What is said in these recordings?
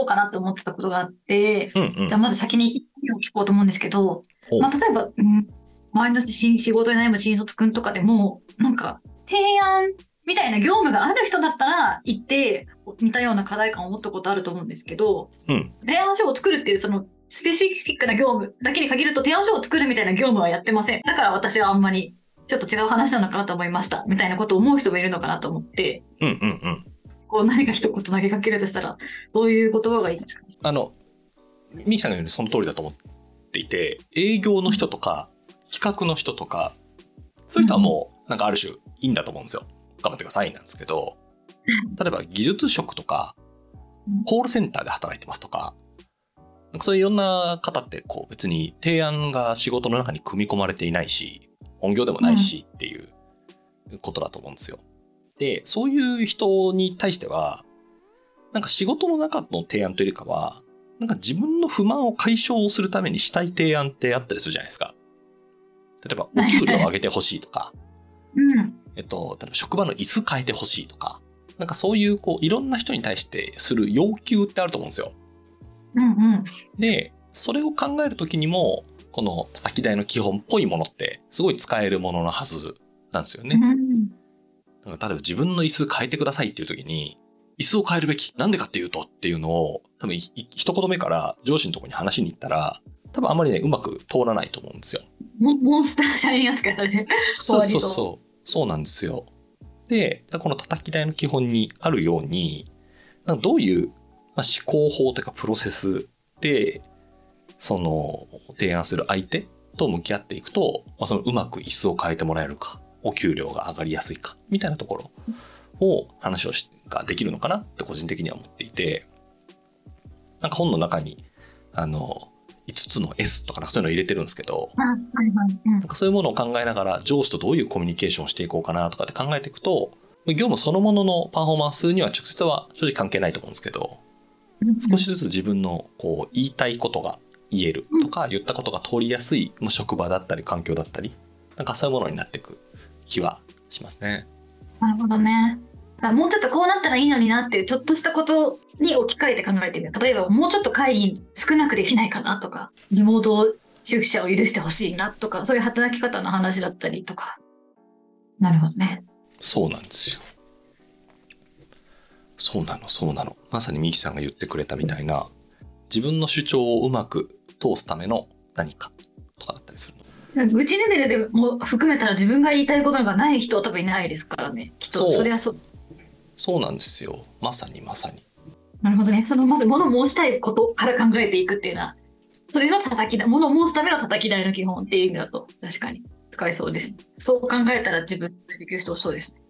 うかなと思ってたことがあって、 うんうん。 じゃあまず先に意見を聞こうと思うんですけど、まあ、例えば、周りの仕事に悩む新卒くんとかでも、なんか、提案みたいな業務がある人だったら、行って、似たような課題感を持ったことあると思うんですけど、提案書を作るっていう、その、スペシフィックな業務だけに限ると、提案書を作るみたいな業務はやってません。だから私はあんまり、ちょっと違う話なのかなと思いました。みたいなことを思う人もいるのかなと思って、こう何か一言投げかけるとしたら、どういう言葉がいいですか？ ミキさんが言うようにその通りだと思っていて、営業の人とか、企画の人とか、そういう人はもう、なんかある種いいんだと思うんですよ。頑張ってくださいなんですけど、例えば技術職とか、コールセンターで働いてますとか、そういういろんな方ってこう別に提案が仕事の中に組み込まれていないし、本業でもないしっていうことだと思うんですよ。で、そういう人に対しては、なんか仕事の中の提案というよりかは、なんか自分の不満を解消するためにしたい提案ってあったりするじゃないですか。例えばお給料を上げてほしいとか、例えば職場の椅子変えてほしいとか、なんかそういうこういろんな人に対してする要求ってあると思うんですよ。で、それを考えるときにも、この叩き台の基本っぽいものってすごい使えるもののはずなんですよね。だから例えば自分の椅子変えてくださいっていうときに、椅子を変えるべき。なんでかっていうとっていうのを、多分一言目から上司のところに話しに行ったら、多分あまりね、うまく通らないと思うんですよ。 モンスター社員扱いされて。 そうなんですよ。で、この叩き台の基本にあるように、なんかどういう思考法というかプロセスで、その提案する相手と向き合っていくと、そのうまく椅子を変えてもらえるか、お給料が上がりやすいか、みたいなところを話ができるのかなって個人的には思っていて、なんか本の中に5つの S とかそういうのを入れてるんですけど、なんかそういうものを考えながら上司とどういうコミュニケーションをしていこうかなとかって考えていくと、業務そのもののパフォーマンスには直接は正直関係ないと思うんですけど、少しずつ自分のこう言いたいことが言えるとか、言ったことが通りやすい職場だったり環境だったり、なんかそういうものになっていく気はしますね。 なるほどね。もうちょっとこうなったらいいのになっていうちょっとしたことに置き換えて考えてみる。例えばもうちょっと会議少なくできないかなとか、リモート出社を許してほしいなとか、そういう働き方の話だったりとか。なるほどね。 そうなんですよ。そうなの。まさにミキさんが言ってくれたみたいな、自分の主張をうまく通すための何かとかだったりするの。 愚痴レベルでも含めたら自分が言いたいことがない人は多分いないですからね。きっとそれはそうなんですよ。まさに。 なるほどね。まず物を申したいことから考えていくっていうのは、それの叩き台、物を申すための叩き台の基本っていう意味だと確かに使えそうです。そう考えたら自分でできる人そうですね。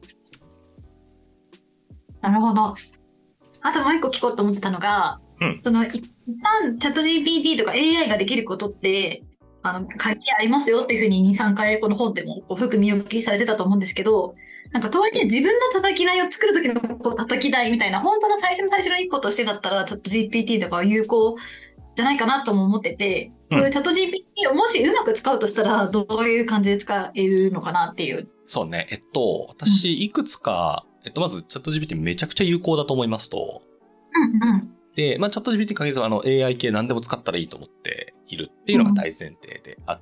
なるほど。あともう一個聞こうと思ってたのが、一旦チャット GPT とか AI ができることって限りありますよっていうふうに2、3回この本でも含み置きされてたと思うんですけど、なんかとはいえ自分の叩き台を作る時の叩き台みたいな本当の最初の一歩としてだったらチャット GPT とかは有効じゃないかなとも思ってて、こういうチャット GPT をもしうまく使うとしたらどういう感じで使えるのかなっていう。 そうね。私いくつか、まずチャット GPT めちゃくちゃ有効だと思いますと。で、チャット GPT に限らずAI 系何でも使ったらいいと思っているっていうのが大前提であって、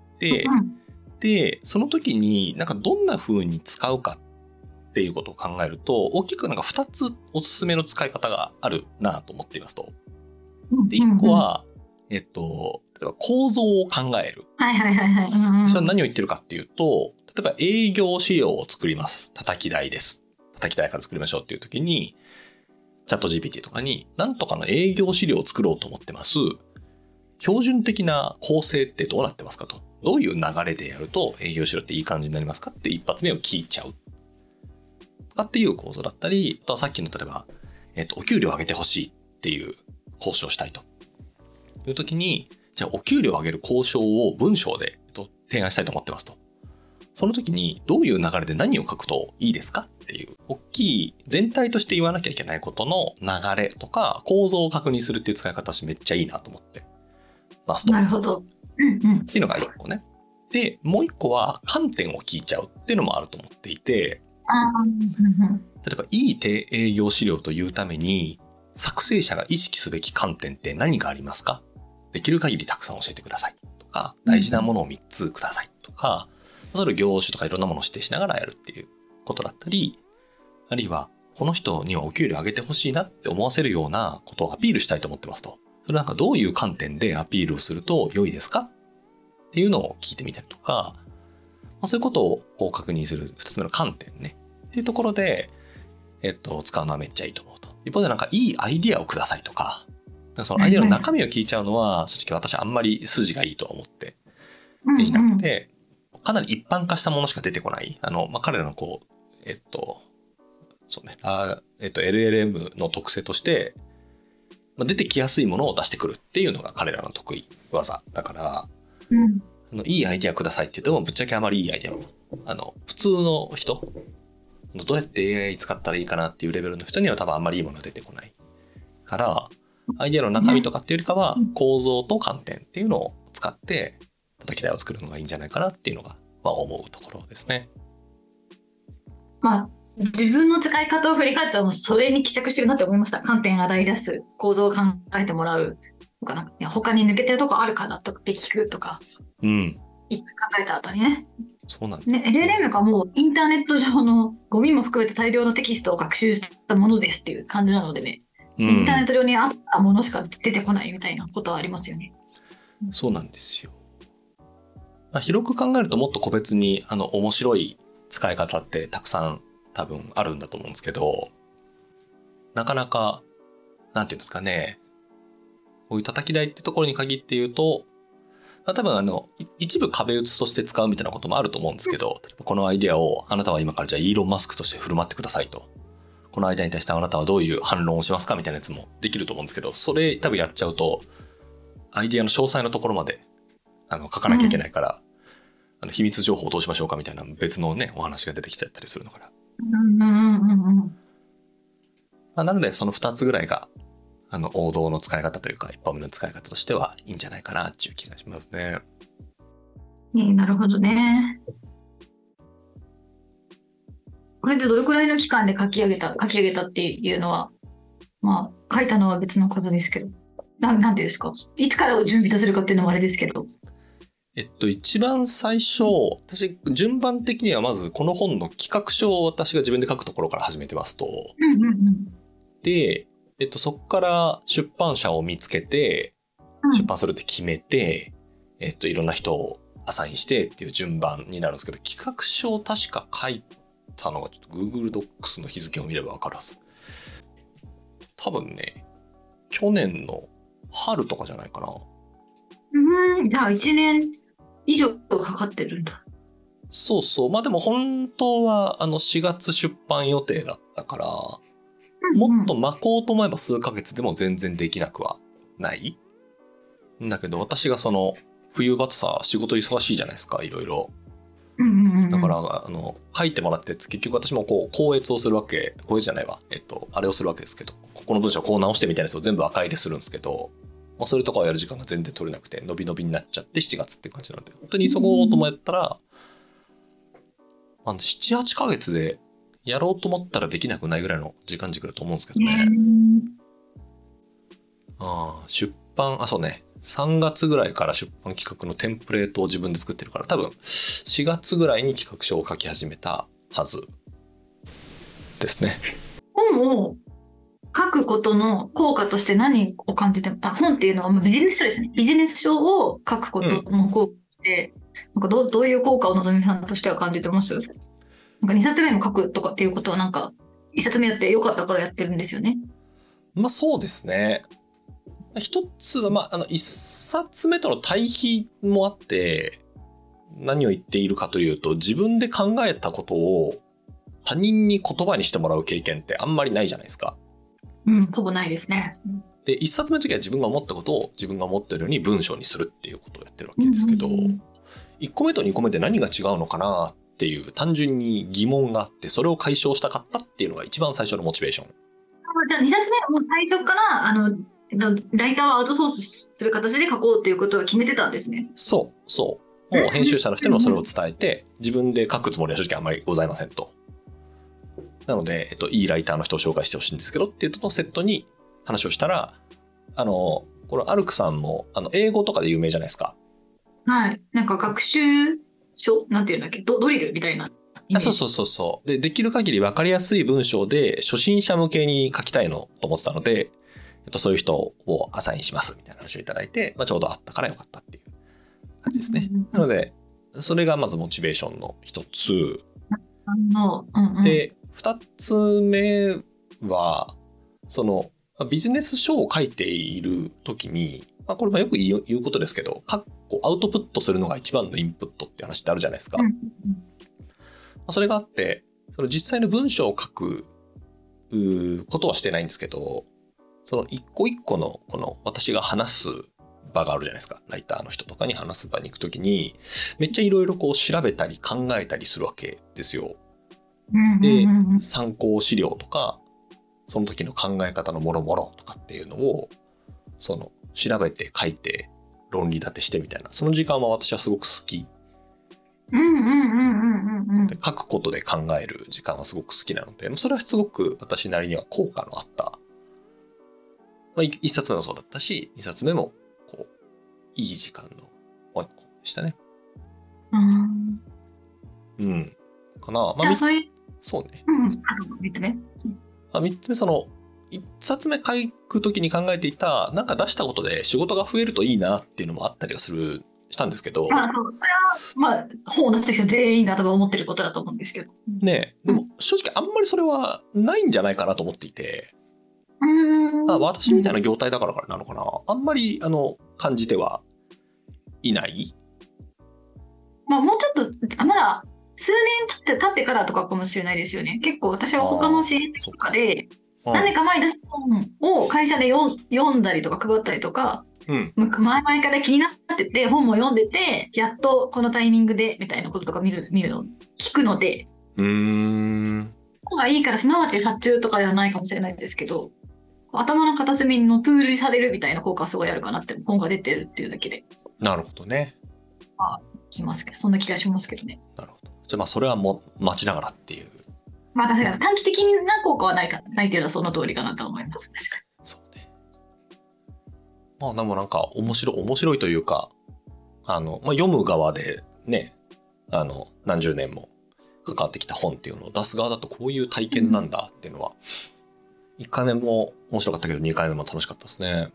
で、その時になんかどんな風に使うかっていうことを考えると、大きくなんか2つおすすめの使い方があるなと思っていますと。で、1個は、例えば構造を考える。それは何を言ってるかっていうと、例えば営業資料を作ります。叩き台です。叩き台から作りましょうっていう時に、チャット GPT とかに、なんとかの営業資料を作ろうと思ってます。標準的な構成ってどうなってますかと。どういう流れでやると営業資料っていい感じになりますかって一発目を聞いちゃう。とかっていう構造だったり、あとはさっきの例えば、お給料を上げてほしいっていう交渉をしたいという時に、じゃあお給料を上げる交渉を文章で提案したいと思ってますと。その時にどういう流れで何を書くといいですかっていう大きい全体として言わなきゃいけないことの流れとか構造を確認するっていう使い方してめっちゃいいなと思ってますと。 なるほど。 っていうのが一個ね。で、もう一個は観点を聞いちゃうっていうのもあると思っていて、例えばいい営業資料というために作成者が意識すべき観点って何がありますか？できる限りたくさん教えてくださいとか、大事なものを3つくださいとか、それを業種とかいろんなものを指定しながらやるっていうことだったり、あるいはこの人にはお給料上げてほしいなって思わせるようなことをアピールしたいと思ってますと。それなんかどういう観点でアピールをすると良いですかっていうのを聞いてみたりとか、そういうことをこう確認する2つ目の観点ね。っていうところで、使うのはめっちゃいいと思うと。一方でなんかいいアイディアをくださいとか、そのアイディアの中身を聞いちゃうのは、正直私あんまり筋がいいとは思っていなくて、かなり一般化したものしか出てこない。彼らのこう、そうね、LLM の特性として、出てきやすいものを出してくるっていうのが彼らの得意技だから、いいアイディアくださいって言ってもぶっちゃけあまりいいアイディア普通の人、どうやって AI 使ったらいいかなっていうレベルの人には多分あんまりいいものが出てこないから、アイディアの中身とかっていうよりかは構造と観点っていうのを使って叩き台を作るのがいいんじゃないかなっていうのが、思うところですね。 自分の使い方を振り返ったらそれに帰着してるなって思いました。観点洗い出す、構造を考えてもらうとか、他に抜けてるとこあるかなって聞くとか、一回考えた後にね。 そうなんですね。 LLM がもうインターネット上のゴミも含めて大量のテキストを学習したものですっていう感じなのでね、インターネット上にあったものしか出てこないみたいなことはありますよね。 そうなんですよ。広く考えるともっと個別に面白い使い方ってたくさん多分あるんだと思うんですけど、なかなかなんていうんですかね、こういう叩き台ってところに限って言うと、多分一部壁打ちとして使うみたいなこともあると思うんですけど、例えばこのアイデアをあなたは今からじゃあイーロン・マスクとして振る舞ってくださいと。このアイデアに対してあなたはどういう反論をしますかみたいなやつもできると思うんですけど、それ多分やっちゃうとアイデアの詳細のところまで書かなきゃいけないから、秘密情報をどうしましょうかみたいな別のねお話が出てきちゃったりするのかな。なのでその2つぐらいが王道の使い方というか一般目の使い方としてはいいんじゃないかなっていう気がしますね。 なるほどね。これってどれくらいの期間で書き上げたっていうのは、書いたのは別のことですけど、なんていうんですか、いつからを準備とするかっていうのもあれですけど。 一番最初、私順番的にはまずこの本の企画書を私が自分で書くところから始めてますと、で、そこから出版社を見つけて出版するって決めて、いろんな人をアサインしてっていう順番になるんですけど、企画書を確か書いたのがちょっと Google Docs の日付を見れば分かるはず。多分ね、去年の春とかじゃないかな。 じゃあ1年以上かかってるんだ。 そうそう。でも本当は4月出版予定だったから、もっと巻こうと思えば数ヶ月でも全然できなくはないんだけど、私が冬場とさ仕事忙しいじゃないですか、いろいろ。だから書いてもらったやつ結局私もこう校閲をするわけ、校閲じゃないわ、あれをするわけですけど、ここの文章をこう直してみたいなやつを全部赤入れするんですけど、それとかをやる時間が全然取れなくて伸びになっちゃって7月っていう感じなので、本当に急ごうと思ったら7、8ヶ月でやろうと思ったらできなくないぐらいの時間軸だと思うんですけどね。出版、そうね、3月ぐらいから出版企画のテンプレートを自分で作ってるから、多分4月ぐらいに企画書を書き始めたはずですね。 本を書くことの効果として何を感じて、本っていうのはビジネス書ですね。ビジネス書を書くことの効果で、なんかどういう効果をのぞみさんとしては感じてます？なんか2冊目も書くとかっていうことはなんか1冊目やってよかったからやってるんですよね。 そうですね。一つは1冊目との対比もあって、何を言っているかというと、自分で考えたことを他人に言葉にしてもらう経験ってあんまりないじゃないですか。 ほぼないですね。 で、1冊目の時は自分が思ったことを自分が思ってるように文章にするっていうことをやってるわけですけど、1個目と2個目で何が違うのかなっていう単純に疑問があって、それを解消したかったっていうのが一番最初のモチベーション。 じゃあ2冊目はもう最初からライターをアウトソースする形で書こうっていうことは決めてたんですね。 そう。もう編集者の人にもそれを伝えて、自分で書くつもりは正直あんまりございませんと。なので、いいライターの人を紹介してほしいんですけどっていうのとセットに話をしたら、これアルクさんも英語とかで有名じゃないですか。 はい。なんか学習書なんていうんだっけ、ドリルみたいな。 そう。できる限り分かりやすい文章で初心者向けに書きたいのと思ってたので、そういう人をアサインしますみたいな話をいただいて、ちょうどあったからよかったっていう感じですね。なので、それがまずモチベーションの一つ。で、二つ目は、ビジネス書を書いているときに、これもよく言うことですけど、アウトプットするのが一番のインプットって話ってあるじゃないですか。それがあって、実際の文章を書くことはしてないんですけど、その一個一個のこの私が話す場があるじゃないですか。ライターの人とかに話す場に行くときに、めっちゃいろいろこう調べたり考えたりするわけですよ。で、参考資料とか、その時の考え方のもろもろとかっていうのを、調べて書いて論理立てしてみたいな、その時間は私はすごく好き。書くことで考える時間はすごく好きなので、それはすごく私なりには効果のあった。一冊目もそうだったし、二冊目もこういい時間のもう一個でしたね。かな。そうね。 三つ目。 三つ目一冊目書くときに考えていた、なんか出したことで仕事が増えるといいなっていうのもあったりはしたんですけど。 それは本を出す人全員が多分思ってることだと思うんですけど。 ねえ、でも正直あんまりそれはないんじゃないかなと思っていて。私みたいな業態だからなのかな。あんまり感じてはいない。 もうちょっとまだ数年経ってからとかかもしれないですよね。結構私は他の支援とかで何年か前に出した本を会社で読んだりとか配ったりとか、前々から気になってて本も読んでて、やっとこのタイミングでみたいなこととか見るの聞くので、本がいいからすなわち発注とかではないかもしれないんですけど、頭の片隅のプールにされるみたいな効果はすごいあるかなって、本が出てるっていうだけで。なるほどね。 きますけど、そんな気がしますけどね。 なるほど。じゃあそれはもう待ちながらっていう。 確かに短期的な効果はないっていうのはその通りかなと思います。確かに。 そうね。でもなんか面白いというか、読む側でね、何十年も関わってきた本っていうのを出す側だとこういう体験なんだっていうのは、1回目も面白かったけど2回目も楽しかったですね。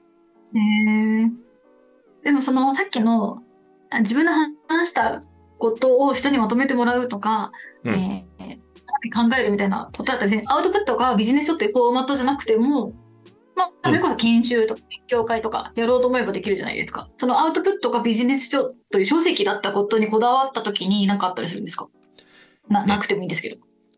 でもさっきの自分の話したことを人にまとめてもらうとか、考えるみたいなことだったらですね、アウトプットがビジネス書っていうフォーマットじゃなくても、それこそ研修とか勉強会とかやろうと思えばできるじゃないですか。そのアウトプットがビジネス書という書籍だったことにこだわった時に何かあったりするんですか？なくてもいいんですけど。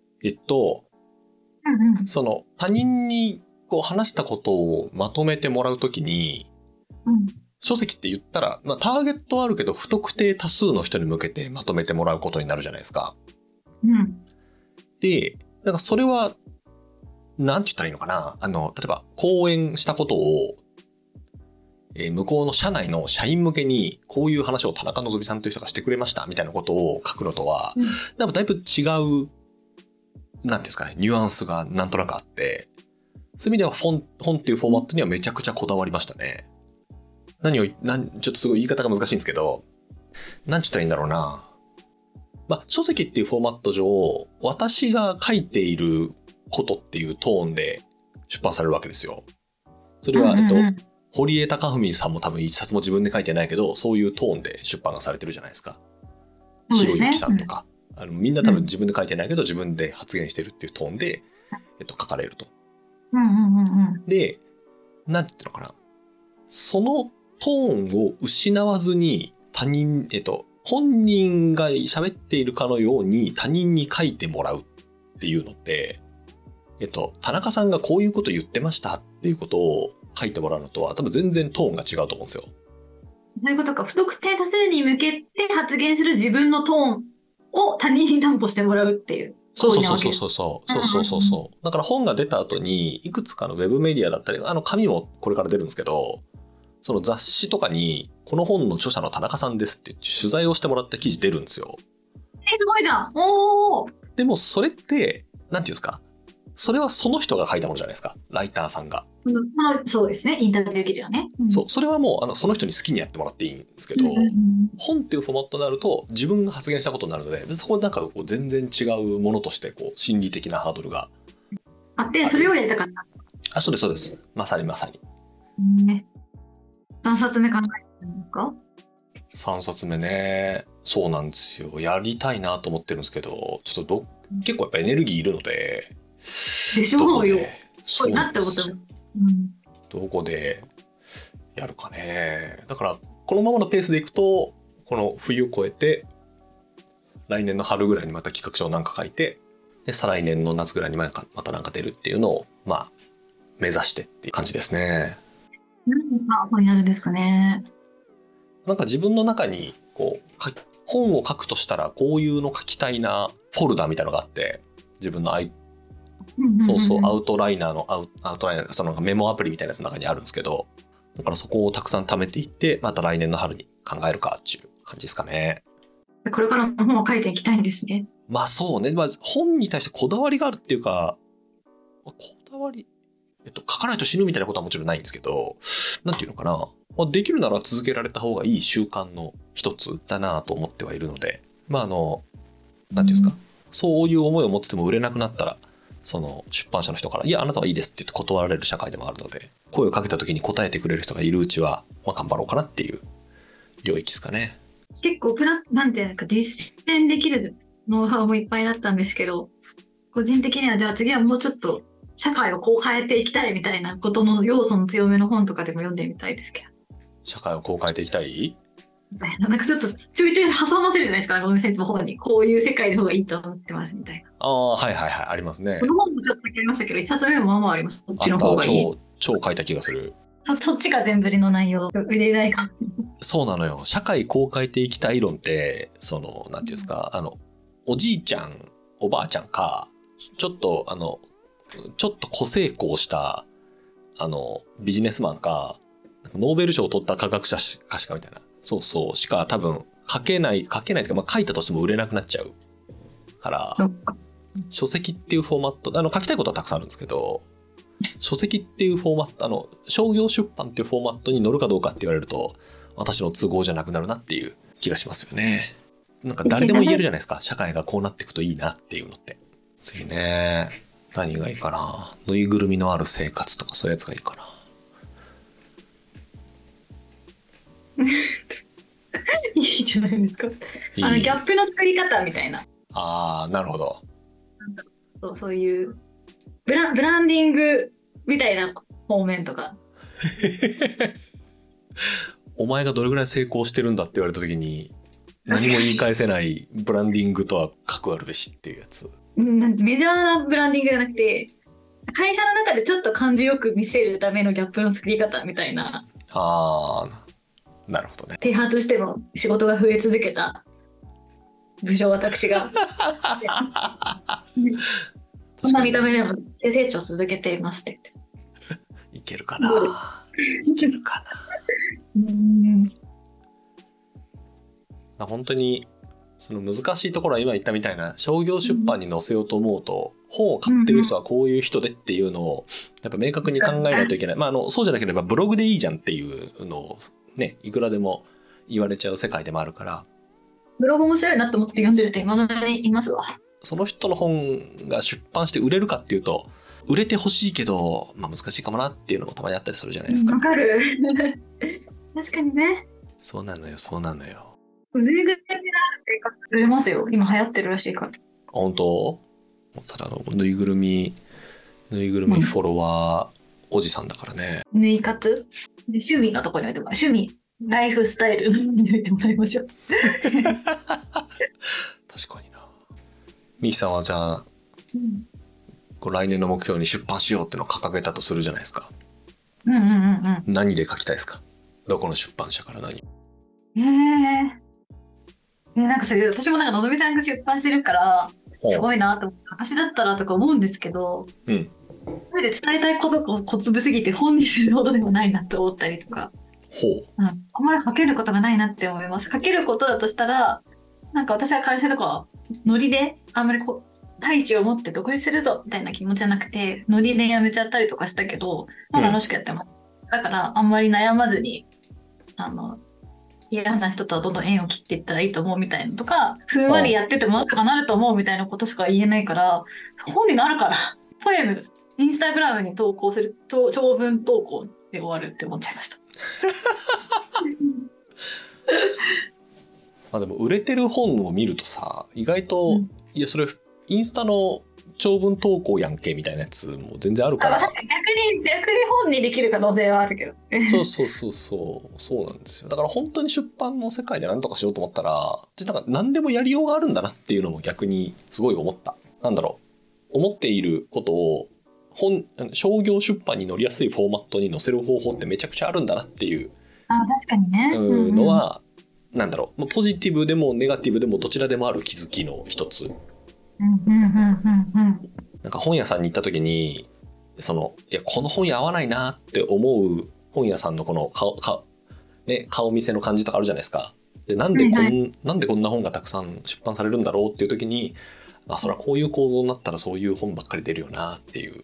他人にこう話したことをまとめてもらうときに、書籍って言ったら、ターゲットはあるけど不特定多数の人に向けてまとめてもらうことになるじゃないですか。で、なんかそれはなんて言ったらいいのかな。例えば講演したことを、向こうの社内の社員向けにこういう話を田中希さんという人がしてくれましたみたいなことを書くのとは、なんかだいぶ違う。なんていうんですかね、ニュアンスがなんとなくあって、そういう意味では本っていうフォーマットにはめちゃくちゃこだわりましたね。ちょっとすごい言い方が難しいんですけど、なんて言ったらいいんだろうな。書籍っていうフォーマット上、私が書いていることっていうトーンで出版されるわけですよ。それは、堀江貴文さんも多分一冊も自分で書いてないけど、そういうトーンで出版がされてるじゃないですか。白雪さんとか。みんな多分自分で書いてないけど、自分で発言してるっていうトーンで、書かれると。で、なんて言うのかな。そのトーンを失わずに本人が喋っているかのように他人に書いてもらうっていうのって、田中さんがこういうこと言ってましたっていうことを書いてもらうのとは多分全然トーンが違うと思うんですよ。 そういうことか。不特定多数に向けて発言する自分のトーンを他人に担保してもらうっていう。 そう。だから本が出た後にいくつかのウェブメディアだったり、紙もこれから出るんですけど、その雑誌とかにこの本の著者の田中さんですって取材をしてもらった記事出るんですよ。 すごいじゃん。おー。 でもそれってなんていうんですか、 それはその人が書いたものじゃないですか。ライターさんが。 そうですね。インタビュー記事はね。 そう、それはもうその人に好きにやってもらっていいんですけど、本っていうフォーマットになると自分が発言したことになるので、そこなんかこう全然違うものとしてこう心理的なハードルがあって、それをやりたかった。 あ、そうですそうです。まさにまさに。 ね。何冊目考えてるんですか ？3冊目ね。そうなんですよ。やりたいなと思ってるんですけど、ちょっと結構やっぱエネルギーいるので。 でしょうよ。 そうなって思った。 どこでやるかね。だからこのままのペースでいくと、この冬越えて来年の春ぐらいにまた企画書を何か書いて、で再来年の夏ぐらいにまた何か出るっていうのをまあ目指してっていう感じですね。 何本やるんですかね。 なんか自分の中にこう本を書くとしたらこういうの書きたいなフォルダみたいなのがあって、自分のそうそうアウトライナーのアウトライナー、そのメモアプリみたいなやつの中にあるんですけど、だからそこをたくさん貯めていって、また来年の春に考えるかっていう感じですかね。 これからも本を書いていきたいんですね。 まあそうね、まあ、本に対してこだわりがあるっていうか、こだわり、書かないと死ぬみたいなことはもちろんないんですけど、なんていうのかな、まあ、できるなら続けられた方がいい習慣の一つだなと思ってはいるので、まあなんていうんですか、そういう思いを持ってても売れなくなったら、その出版社の人から「いやあなたはいいです」って言って断られる社会でもあるので、声をかけた時に答えてくれる人がいるうちは、まあ、頑張ろうかなっていう領域ですかね。 結構なんていうか実践できるノウハウもいっぱいあったんですけど、個人的にはじゃあ次はもうちょっと社会をこう変えていきたいみたいなことの要素の強めの本とかでも読んでみたいですけど。 社会をこう変えていきたい？ なんかちょっとちょいちょい挟ませるじゃないですか、ごめんなさい、本にこういう世界の方がいいと思ってますみたいな。 ああ、はいはいはい、ありますね。 この本もちょっとだけありましたけど、一冊目もまあまああります。こっちの方がいい。 超書いた気がする。 そっちが全振りの内容売れないかもしれない。 そうなのよ。社会こう変えていきたい論って、そのなんていうんですか、おじいちゃんおばあちゃんか、ちょっと個性功したビジネスマンか、ノーベル賞を取った科学者かしかみたいな、そうそうしか多分書けないというか、まあ、書いたとしても売れなくなっちゃうから、書籍っていうフォーマット、書きたいことはたくさんあるんですけど、書籍っていうフォーマット、商業出版っていうフォーマットに乗るかどうかって言われると、私の都合じゃなくなるなっていう気がしますよね。なんか誰でも言えるじゃないですか、社会がこうなっていくといいなっていうのって。次ね、何がいいかな。ぬいぐるみのある生活とかそういうやつがいいかな。 いいじゃないですか。ギャップの作り方みたいな。 ああ、なるほど。そういうブランディングみたいな方面とか。 お前がどれぐらい成功してるんだって言われた時に何も言い返せないブランディングとはかくあるべしっていうやつ。 メジャーなブランディングじゃなくて、会社の中でちょっと感じよく見せるためのギャップの作り方みたいな。 ああ、なるほどね。 啓発しても仕事が増え続けた部署、私がこんな見た目でも成長を続けていますって言って。 いけるかな。いけるかな。本当にその難しいところは今言ったみたいな商業出版に載せようと思うと、本を買ってる人はこういう人でっていうのをやっぱ明確に考えないといけない。まあそうじゃなければブログでいいじゃんっていうのをね、いくらでも言われちゃう世界でもあるから。 ブログ面白いなと思って読んでる人今の間にいますわ。その人の本が出版して売れるかっていうと、売れてほしいけど、まあ難しいかもなっていうのもたまにあったりするじゃないですか。 わかる。確かにね。 そうなのよ、そうなのよ。 ぬいぐるみのある生活売れますよ。今流行ってるらしいから。 本当？ただぬいぐるみフォロワー、おじさんだからね。 ぬい活で趣味のところに置いてもらう。趣味、ライフスタイルに置いてもらいましょう。 確かにな。みきさんはじゃあ、来年の目標に出版しようってのを掲げたとするじゃないですか。何で書きたいですか？どこの出版社から何？ なんかそれ私もなんかのぞみさんが出版してるからすごいなと思って、私だったらとか思うんですけど、それで伝えたいことが小粒すぎて本にするほどでもないなって思ったりとか、あんまり書けることがないなって思います。書けることだとしたら、なんか私は会社とかノリであんまり大志を持って独立するぞみたいな気持ちじゃなくて、ノリでやめちゃったりとかしたけど、まあ楽しくやってます。だからあんまり悩まずに、嫌な人とはどんどん縁を切っていったらいいと思うみたいなとか、ふんわりやっててもなんとかなると思うみたいなことしか言えないから、本になるから、ポエム、インスタグラムに投稿する、長文投稿で終わるって思っちゃいました。 まあでも売れてる本を見るとさ、意外と、いやそれインスタの長文投稿やんけみたいなやつも全然あるから。 確かに逆に本にできる可能性はあるけど。 そうなんですよ。だから本当に出版の世界で何とかしようと思ったら、なんか何でもやりようがあるんだなっていうのも逆にすごい思った。なんだろう、思っていることを商業出版に乗りやすいフォーマットに載せる方法ってめちゃくちゃあるんだなっていう確かにね。 のは、なんだろう、ポジティブでもネガティブでもどちらでもある気づきの一つ。なんか本屋さんに行った時にいやこの本屋合わないなって思う本屋さんのこの顔見せの感じとかあるじゃないですか。でなんでこんな本がたくさん出版されるんだろうっていう時に、そりゃこういう構造になったらそういう本ばっかり出るよなっていう。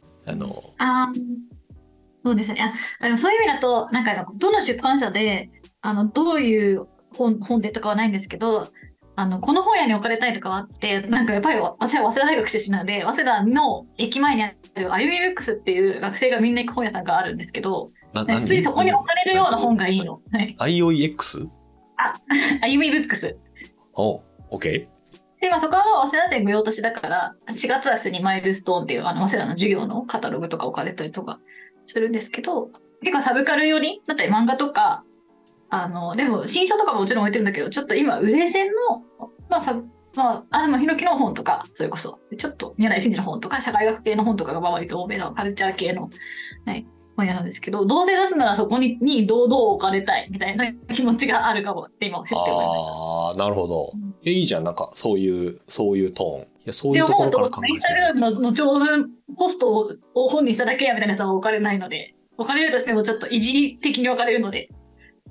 そうですね。そういう意味だとなんかどの出版社でどういう本でとかはないんですけど、この本屋に置かれたいとかはあって、なんかやっぱり私は早稲田大学出身なので、早稲田の駅前にあるあゆみブックスっていう学生がみんな行く本屋さんがあるんですけど、ついそこに置かれるような本がいいの。 IOEX？ あゆみブックス。 OK。 で、そこは早稲田生御用達だから、4月はにマイルストーンっていう早稲田の授業のカタログとか置かれたりとかするんですけど、結構サブカル寄りだったり漫画とか、でも新書とかももちろん置いてるんだけど、ちょっと今売れ線の東博樹の本とか、それこそちょっと宮台真司の本とか社会学系の本とかが割と多めのカルチャー系の、本屋なんですけど、どうせ出すならそこに堂々置かれたいみたいな気持ちがあるかもって今ふって思いました。 なるほど。いいじゃん、なんかそういうトーン。いや、そういうところから考えて。インスタグラムの長文ポストを本にしただけやみたいなやつは置かれないので、置かれるとしてもちょっといじり的に置かれるので。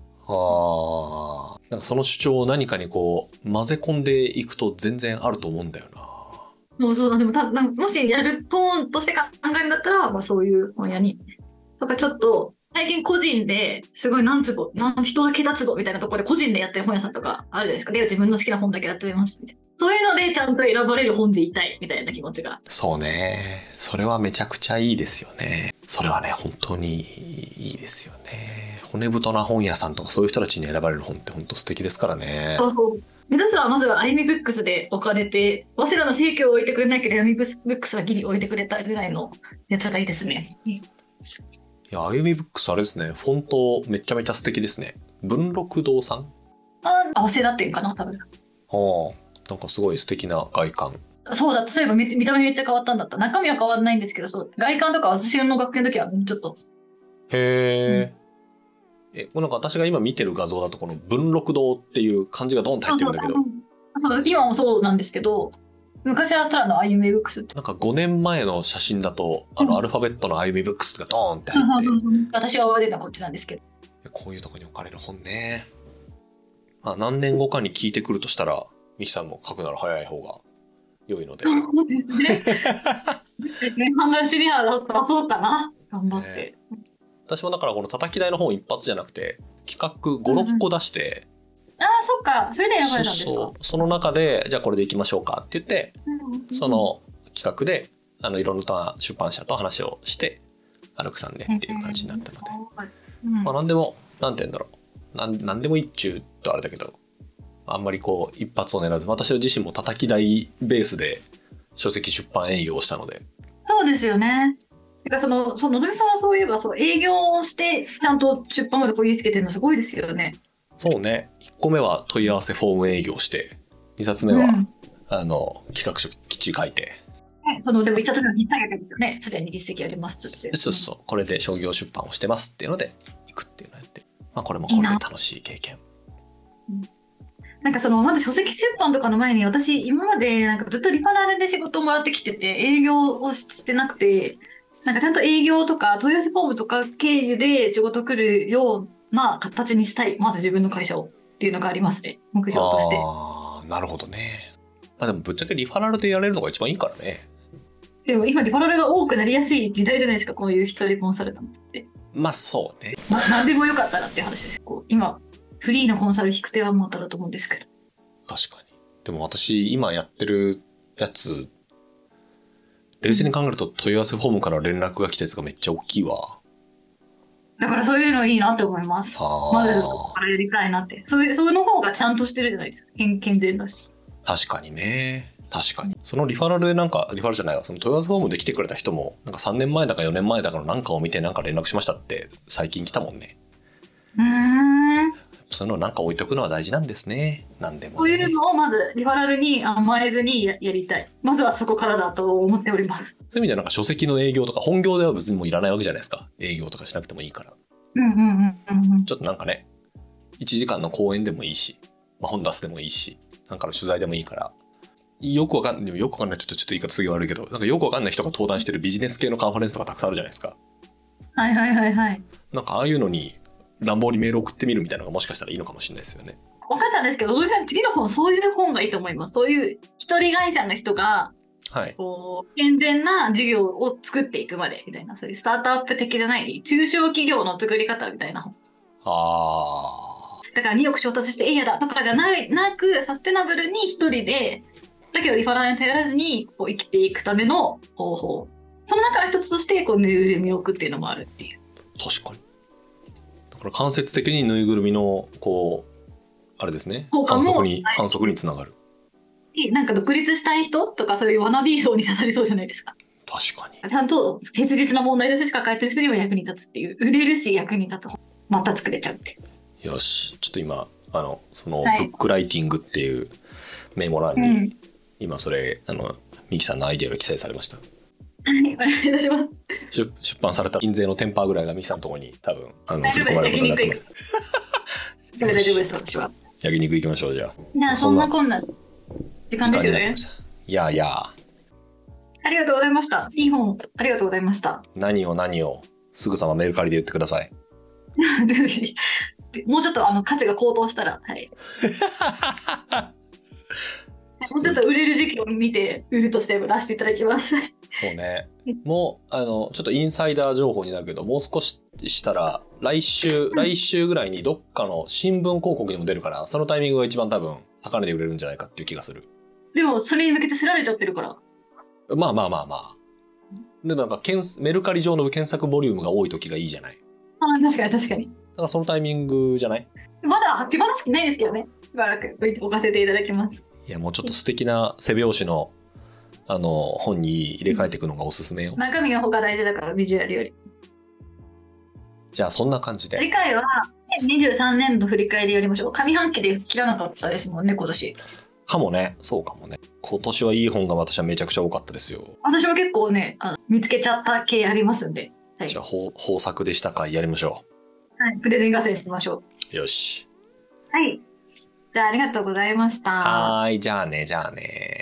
なんかその主張を何かにこう混ぜ込んでいくと全然あると思うんだよな。 そうでももしやるトーンとして考えるんだったら、そういう本屋にとかちょっと最近個人ですごい人が桁坪みたいなところで個人でやってる本屋さんとかあるじゃないですか。で自分の好きな本だけやってみますみたいな。そういうのでちゃんと選ばれる本でいたいみたいな気持ちが。 そうね。それはめちゃくちゃいいですよね。それはね本当にいいですよね。骨太な本屋さんとかそういう人たちに選ばれる本って本当素敵ですからね。 そう目指すはまずはあゆみブックスで置かれて、早稲田の生協を置いてくれないけどあゆみブックスはギリ置いてくれたぐらいのやつがいいですね。 いや、あゆみブックスあれですね、フォントめちゃめちゃ素敵ですね。文録堂さん？ 早稲田っていうかな、多分。 なんかすごい素敵な外観。 そうだ、そういえば見た目めっちゃ変わったんだった。中身は変わらないんですけど、外観とか私の学生の時はちょっと。 へー。なんか私が今見てる画像だとこの文録堂っていう漢字がドンと入ってるんだけど。 今もそうなんですけど、昔はただのあゆみブックスって。 なんか5年前の写真だと、アルファベットのあゆみブックスがドーンって入って。 私は覚えてたこっちなんですけど。 こういうとこに置かれる本ね。何年後かに聞いてくるとしたら、ミキさんも書くなら早い方が良いので。 そうですね。年半のうちには出そうかな。頑張って。 私もだからこの叩き台の本一発じゃなくて、企画5、6個出して、 そっか。それで選ばれたんですか？ その中で、じゃあこれでいきましょうかって言って、その企画で、いろんな出版社と話をして、歩くさんでっていう感じになったので。何でも、なんて言うんだろう。何でも一中とあれだけど、あんまりこう、一発を狙わず、私自身も叩き台ベースで書籍出版営業をしたので。 そうですよね。のぞみさんはそういえば営業をしてちゃんと出版までこぎつけてるのすごいですよね。 そうね。1個目は問い合わせフォーム営業して、2冊目は、企画書きっちり書いて。 でも1冊目は実際ですよね。すでに実績ありますって。 そう。これで商業出版をしてますっていうので行くっていうのをやって、これもこれで楽しい経験。 なんかまず書籍出版とかの前に私今までなんかずっとリファラルで仕事をもらってきてて営業をしてなくて、なんかちゃんと営業とか問い合わせフォームとか経由で仕事来るような形にしたい。まず自分の会社をっていうのがありますね。目標として。 なるほどね。 まあでもぶっちゃけリファラルでやれるのが一番いいからね。 でも今リファラルが多くなりやすい時代じゃないですか、こういう一人コンサルタントって。 まあそうね。 何でもよかったらっていう話です。こう今フリーのコンサル引く手はもうただと思うんですけど。 確かに。でも私今やってるやつ、冷静に考えると問い合わせフォームから連絡が来たやつがめっちゃ大きいわ。 だからそういうのいいなって思います。まずそこからやりたいなって。その方がちゃんとしてるじゃないですか。健全だし。 確かにね。確かに。そのリファラルでリファラルじゃないわ。その問い合わせフォームで来てくれた人も、3年前だか4年前だかのなんかを見て連絡しましたって最近来たもんね。そういうの置いとくのは大事なんですね。なんでもね。 そういうのをまずリファラルに甘えずに やりたい。まずはそこからだと思っております。 そういう意味では書籍の営業とか本業では別にもういらないわけじゃないですか。営業とかしなくてもいいから。ちょっと1時間の講演でもいいし、本出すでもいいし、の取材でもいいから。よくわかんないってちょっと言い方すげえ悪いけど、よくわかんない人が登壇してるビジネス系のカンファレンスとかたくさんあるじゃないですか。 はいはいはいはい。 ああいうのに乱暴にメール送ってみるみたいなのがもしかしたらいいのかもしれないですよね。 分かったんですけど、次の本、そういう本がいいと思います。そういう一人会社の人が、こう健全な事業を作っていくまでみたいな、そういうスタートアップ的じゃない中小企業の作り方みたいな本。だから2億調達してやだとかじゃなく、サステナブルに一人でだけどリファラルに頼らずにこう生きていくための方法、その中の一つとしてぬいぐるみを置くっていうのもあるっていう。 確かに。だから間接的にぬいぐるみのあれですね、反則につながる。 独立したい人とかそういうワナビー層に刺さりそうじゃないですか。 確かに。 ちゃんと切実な問題として抱えてる人には役に立つっていう、売れるし役に立つ本また作れちゃうって。 よし、ちょっと今そのブックライティングっていうメモ欄に、今それミキさんのアイデアが記載されました。 はい、お願いいたします。 出版された印税のテンパーぐらいがミキさんのところに多分振り込まれることになってます。 大丈夫です、私は。 焼肉行きましょう。じゃあそんなこんな時間ですよね。 いやありがとうございました。いい本ありがとうございました。 何をすぐさまメルカリで言ってください。 もうちょっと価値が高騰したら、はい。もうちょっと売れる時期を見て売るとして出していただきます。 そうね。もうちょっとインサイダー情報になるけど、もう少ししたら来週ぐらいにどっかの新聞広告にも出るから、そのタイミングが一番多分高値で売れるんじゃないかっていう気がする。 でもそれに向けてすられちゃってるから。 まあ。でもメルカリ上の検索ボリュームが多い時がいいじゃない。 確かに。だからそのタイミングじゃない？ まだ手放す気ないですけどね。しばらく置かせていただきます。 いや、もうちょっと素敵な背表紙の本に入れ替えていくのがおすすめよ。 中身の方が大事だから、ビジュアルより。 じゃあそんな感じで。 次回は23年度振り返りやりましょう。上半期で切らなかったですもんね、今年。 かもね。そうかもね。今年はいい本が私はめちゃくちゃ多かったですよ。 私も結構ね、見つけちゃった系ありますんで。 はい、じゃあ豊作でしたか、やりましょう。はい、プレゼン合戦しましょう。よし。 はい。じゃあありがとうございました。 はい、じゃあね。